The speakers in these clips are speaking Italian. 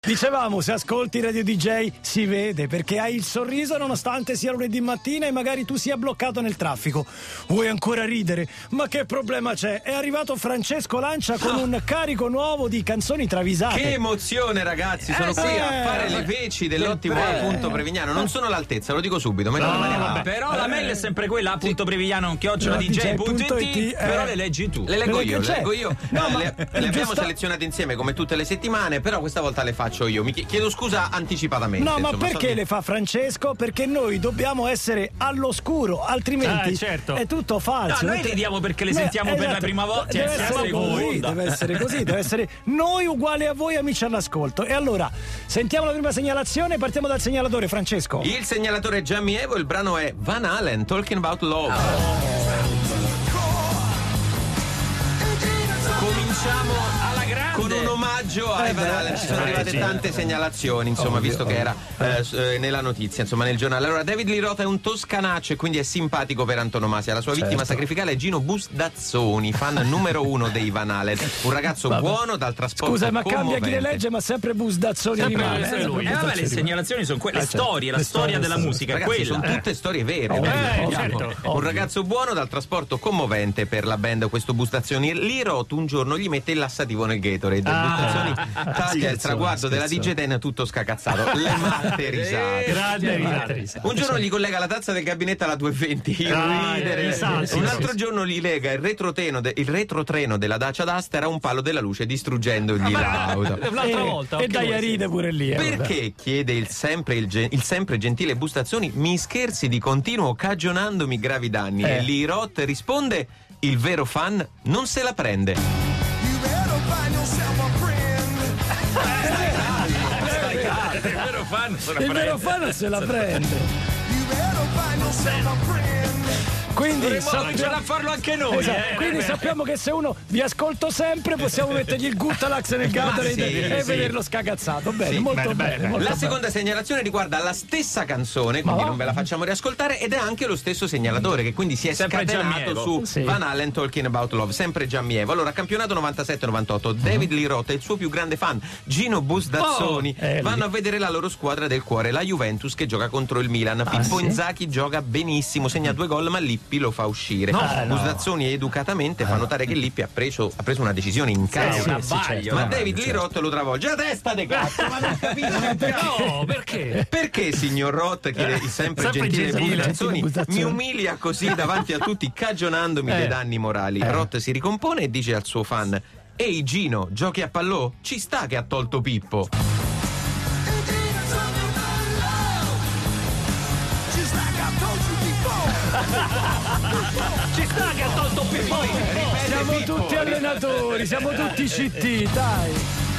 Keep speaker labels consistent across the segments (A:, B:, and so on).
A: Dicevamo, se ascolti Radio DJ si vede, perché hai il sorriso nonostante sia lunedì mattina e magari tu sia bloccato nel traffico. Vuoi ancora ridere? Ma che problema c'è? È arrivato Francesco Lancia con un carico nuovo di canzoni travisate.
B: Che emozione, ragazzi, sono qui a fare le veci dell'ottimo appunto Prevignano. Non sono all'altezza, lo dico subito.
C: Però la mail è sempre quella, appunto Prevignano@dj.it, però le leggi tu.
B: Le leggo io.
A: No,
B: le abbiamo selezionate insieme come tutte le settimane, però questa volta le faccio io. Mi chiedo scusa anticipatamente.
A: No, ma perché le fa Francesco? Perché noi dobbiamo essere all'oscuro, altrimenti è tutto falso.
C: No, noi ridiamo perché le sentiamo per la prima volta.
A: Deve essere così, deve essere noi uguali a voi, amici all'ascolto. E allora, sentiamo la prima segnalazione, partiamo dal segnalatore, Francesco.
B: Il segnalatore è Gianni Evo, il brano è Van Halen, Talking About Love. Cominciamo alla grande con un omaggio a Van Halen. Ci sono arrivate tante segnalazioni, insomma, visto che era nella notizia, insomma, nel giornale. Allora, David Lee Roth è un toscanaccio e quindi è simpatico per antonomasia. La sua vittima sacrificale è Gino Busdazzoni, fan numero 1 dei Van Halen. Un ragazzo buono dal trasporto.
A: Scusa, ma
B: commovente.
A: cambia chi le legge, ma sempre Busdazzoni rimane.
C: Le segnalazioni sono quelle, la storia della musica,
B: ragazzi,
C: quella.
B: sono tutte storie vere. Un ragazzo buono dal trasporto commovente per la band, questo Busdazzoni. Lee Roth un giorno gli mette il lassativo nel Gatorade. Busdazzoni taglia il traguardo della DJ10 tutto scacazzato. Le matte risate. Un giorno gli collega la tazza del gabinetto alla 220. Un altro giorno gli lega il retrotreno della Dacia Duster a un palo della luce, distruggendogli l'auto.
C: L'altra volta.
A: E dai a ride pure lì.
B: Perché, chiede il sempre gentile Busdazzoni, mi scherzi di continuo cagionandomi gravi danni? E Lee Roth risponde: il vero fan non se la prende.
A: Il vero fan se la prende. Quindi
C: cominciare a farlo anche noi.
A: Quindi sappiamo che se uno vi ascolto sempre possiamo mettergli il Guttalax nel Gatorade e vederlo scagazzato. Bene, molto bene.
B: La seconda segnalazione riguarda la stessa canzone, quindi non ve la facciamo riascoltare, ed è anche lo stesso segnalatore che quindi si è scatenato su Van Halen, Talking About Love, sempre Gianni Evo. Allora, campionato 97-98, David Lee Roth e il suo più grande fan Gino Busdazzoni vanno a vedere la loro squadra del cuore, la Juventus, che gioca contro il Milan. Pippo Inzaghi gioca benissimo, segna 2 gol, ma Lippi lo fa uscire. Busdazzoni educatamente fa notare che Lippi ha preso una decisione in casa. Ma David Lee Roth lo travolge. A testa de cazzo, ma non capito.
C: No, perché?
B: Perché, signor Roth, chiede il sempre gentile Busdazzoni, mi umilia così davanti a tutti, cagionandomi dei danni morali. Roth si ricompone e dice al suo fan: ehi Gino, giochi a pallò? Ci sta che ha tolto Pippo.
C: Ci sta che ha tolto Pippo.
A: Siamo tutti allenatori, siamo tutti CT, dai.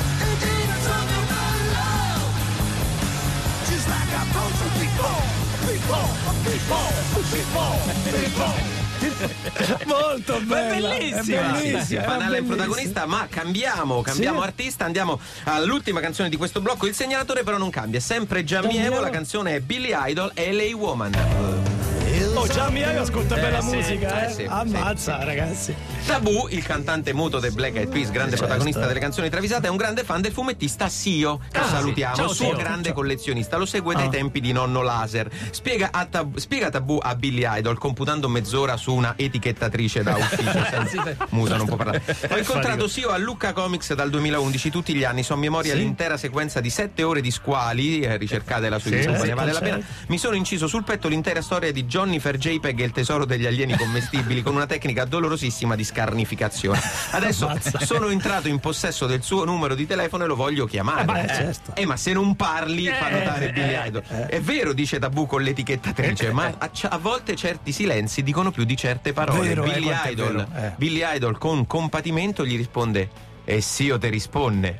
A: Molto bella,
C: è bellissima.
B: Van Halen protagonista, ma cambiamo artista, andiamo all'ultima canzone di questo blocco. Il segnalatore però non cambia, sempre Gianni Evo, la canzone è Billy Idol, LA Woman.
A: Gianni Evo ascolta bella musica, ammazza, ragazzi.
B: Tabù, il cantante muto dei Black Eyed Peas, grande protagonista delle canzoni travisate, è un grande fan del fumettista Sio, che salutiamo,
C: Ciao,
B: suo
C: Sio.
B: grande collezionista, lo segue dai tempi di Nonno Laser. Spiega Tabù a Billy Idol, computando mezz'ora su una etichettatrice da ufficio. Musa, non può parlare. Ho incontrato Sio a Lucca Comics dal 2011, tutti gli anni, so a memoria l'intera sequenza di 7 ore di squali, ricercatela su YouTube, ne vale la pena. Mi sono inciso sul petto l'intera storia di Johnny Fair JPEG e il tesoro degli alieni commestibili con una tecnica dolorosissima di scarnificazione. Adesso sono entrato in possesso del suo numero di telefono e lo voglio chiamare. Ma se non parli, fa notare Billy Idol. È vero, dice Tabù con l'etichettatrice, ma a volte certi silenzi dicono più di certe parole.
A: Vero,
B: Billy Idol con compatimento gli risponde: e sì, io te risponde.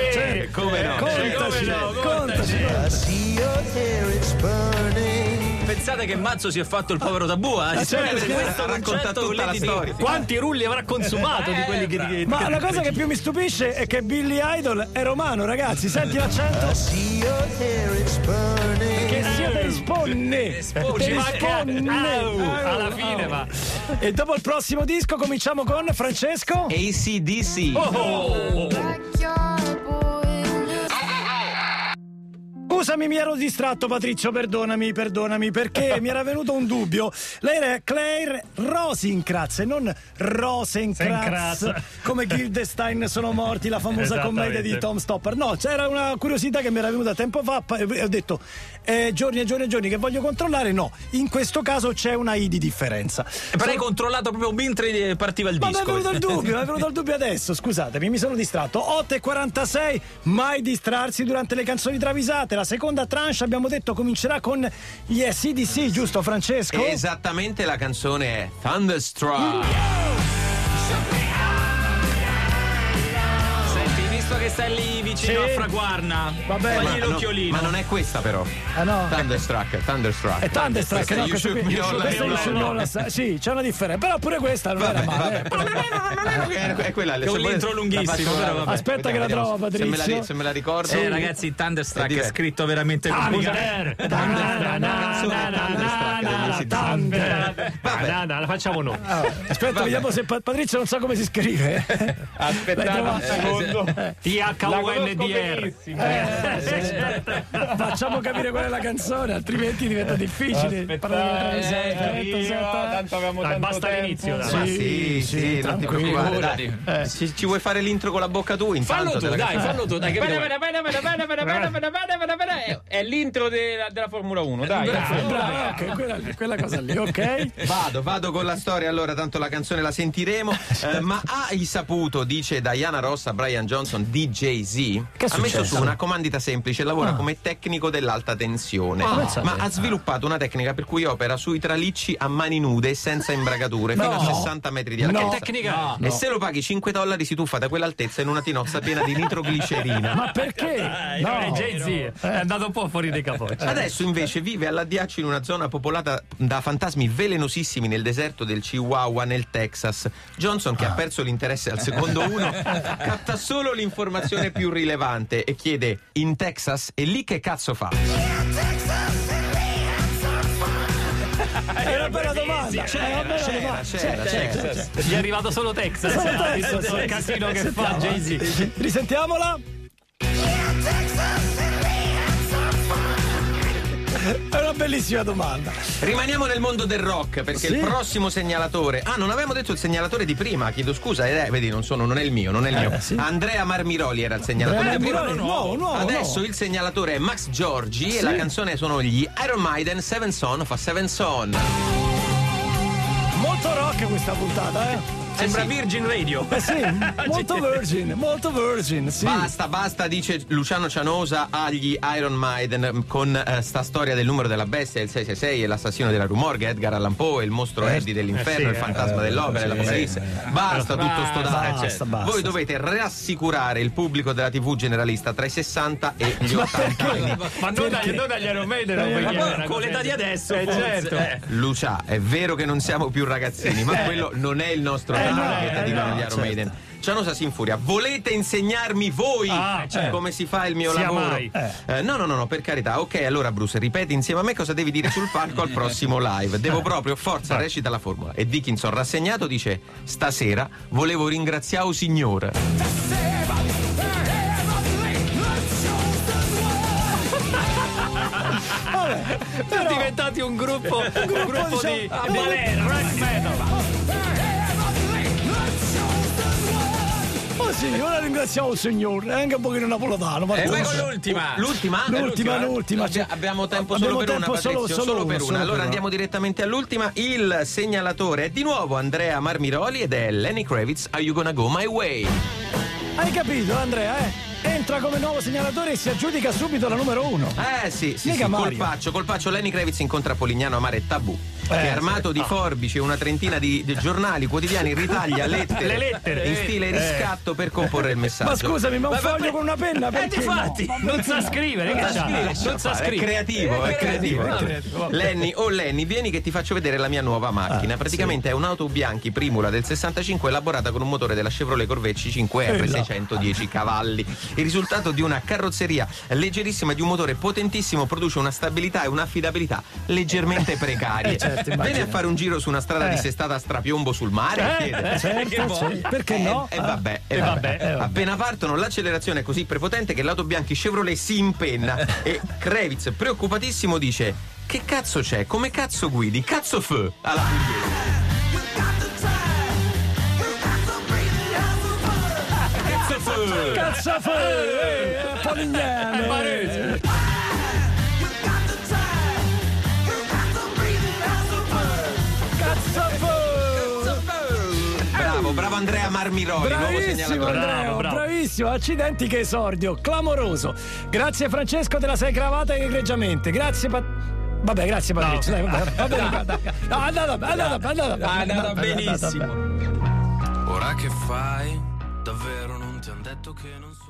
A: Come no? Contaci.
C: pensate che Mazzo si è fatto il povero Tabù?
B: Questo ha raccontato tutta la storia.
C: Quanti rulli avrà consumato di quelli che...
A: Ma la cosa che più mi stupisce è che Billy Idol è romano, ragazzi. Senti l'accento. Che sia per sponne.
C: Alla fine va.
A: E dopo il prossimo disco cominciamo con Francesco.
B: AC/DC.
A: Scusami, mi ero distratto, Patrizio, perdonami, perché mi era venuto un dubbio. Lei era Claire Rosenkratz e non Rosenkratz, come Gildestein sono morti, la famosa commedia di Tom Stopper. No, c'era una curiosità che mi era venuta tempo fa e ho detto giorni che voglio controllare. No, in questo caso c'è una I di differenza.
C: Però hai controllato proprio mentre partiva il disco.
A: Ma mi è venuto il dubbio adesso, scusatemi, mi sono distratto. 8:46, mai distrarsi durante le canzoni travisate. La seconda tranche, abbiamo detto, comincerà con gli AC/DC, giusto Francesco?
B: Esattamente, la canzone è Thunderstruck.
C: Senti, visto che stai lì vicino a Fraguarna, fagli l'occhiolino.
B: Ma non è questa però.
A: Ah no?
B: Thunderstruck.
A: È Thunderstruck, no? Sì, c'è una differenza. Però pure questa non era male.
B: È quella.
C: È un intro lunghissimo.
A: Aspetta che la trovo, Patrizio.
B: Se me la ricordo.
C: Ragazzi, Thunderstruck è scritto veramente come
D: la facciamo noi.
A: Aspetta, vediamo se Patrizio non sa come si scrive.
D: Aspettate un secondo.
C: THUNDR.
A: Facciamo capire qual è la canzone, altrimenti diventa difficile.
D: Tanto abbiamo tanto
C: basta
D: tempo.
C: l'inizio.
B: Sì, non ti preoccupare. Ci vuoi fare l'intro con la bocca tu?
C: Fallo tu, dai.
D: È l'intro della Formula 1, dai.
A: Bravo, quella cosa lì, ok?
B: Vado con la storia, allora, tanto la canzone la sentiremo. Ma hai saputo, dice Diana Ross a Brian Johnson di Jay-Z, ha messo su una comandita semplice, lavora come tecnico dell'alta tensione, ma ha sviluppato una tecnica per cui opera sui tralicci a mani nude senza imbragature fino a 60 metri di altezza.
C: Che tecnica?
B: E se lo paghi $5 si tuffa da quell'altezza in una tinozza piena di nitroglicerina.
A: Ma perché?
C: No, Jay-Z è andato un po' fuori dei capocci.
B: Adesso invece vive all'addiaccio in una zona popolata da fantasmi velenosissimi nel deserto del Chihuahua nel Texas. Johnson, che ha perso l'interesse al secondo uno, capta solo l'informazione più rilevante e chiede: in Texas? E lì che cazzo fa?
A: È una bella domanda.
B: C'era.
C: Gli è arrivato solo Texas. Il casino che fa Jay-Z.
A: Risentiamola. È una bellissima domanda.
B: Rimaniamo nel mondo del rock, perché il prossimo segnalatore. Non avevamo detto il segnalatore di prima, chiedo scusa. Vedi, non è il mio.
A: Sì.
B: Andrea Marmiroli era il segnalatore di prima.
A: Nuovo.
B: Adesso il segnalatore è Max Giorgi e la canzone sono gli Iron Maiden, Seven Son of a Seven Son.
A: Molto rock questa puntata,
C: Sembra Virgin Radio.
A: molto virgin, sì.
B: Basta, dice Luciano Cianosa agli Iron Maiden con sta storia del numero della bestia, il 666 e l'assassino della Rumorga, Edgar Allan Poe, il mostro Eddie dell'inferno, il fantasma dell'opera, l'Apocalisse. Basta tutto sto
A: basta.
B: Voi dovete rassicurare il pubblico della TV generalista tra i 60 e gli 80 anni.
C: Ma non dagli Iron Maiden, con l'età di adesso, certo.
B: Lucia, è vero che non siamo più ragazzini, ma quello non è il nostro dicono gli Iron Maiden. Cianosa si infuria: volete insegnarmi voi come si fa il mio lavoro? No, per carità. Ok, allora Bruce, ripeti insieme a me cosa devi dire sul palco al prossimo live. Devo proprio, forza, recita la formula. E Dickinson, rassegnato, dice: stasera volevo ringraziare o signore.
C: Sono diventati un gruppo di balena, black metal.
A: Sì, ora ringraziamo il Signore, anche un pochino napoletano.
C: E poi con l'ultima.
A: L'ultima.
B: Abbiamo tempo solo per una, Patrizio, solo per una. Allora andiamo direttamente all'ultima. Il segnalatore è di nuovo Andrea Marmiroli ed è Lenny Kravitz, Are You Gonna Go My Way?
A: Hai capito, Andrea, Entra come nuovo segnalatore e si aggiudica subito la numero 1.
B: Sì, colpaccio. Lenny Kravitz incontra Polignano Amare e Tabù. che armato di forbici e una trentina di giornali quotidiani ritaglia
C: Le lettere.
B: in stile riscatto per comporre il messaggio.
A: Ma scusami, ma un foglio con una penna perché
C: Difatti, non sa scrivere, che c'ha? Non sa
B: È
C: scrivere.
B: creativo. Lenny, vieni che ti faccio vedere la mia nuova macchina. Praticamente è un'auto Bianchi Primula del 65 elaborata con un motore della Chevrolet Corvette C5R 610 cavalli. Il risultato di una carrozzeria leggerissima di un motore potentissimo produce una stabilità e un'affidabilità leggermente precarie. Vieni a fare un giro su una strada dissestata a strapiombo sul mare? Chiede.
A: Certo, perché no?
B: E vabbè. Appena partono l'accelerazione è così prepotente che l'auto Bianchi Chevrolet si impenna e Krevitz, preoccupatissimo, dice: che cazzo c'è? Come cazzo guidi? Cazzo f alla pugliese.
A: Cazzo Polignano.
B: Bravo Andrea Marmiroli, nuovo
A: Bravissimo
B: segnalatore.
A: Andrea,
C: Bravo.
A: bravissimo, accidenti che esordio, clamoroso. Grazie Francesco, te la sei cravata egregiamente. Grazie Vabbè, grazie Patrizio. Dai, va bene. No, è andata
B: benissimo.
E: Ora che fai? Davvero non ti han detto che non so.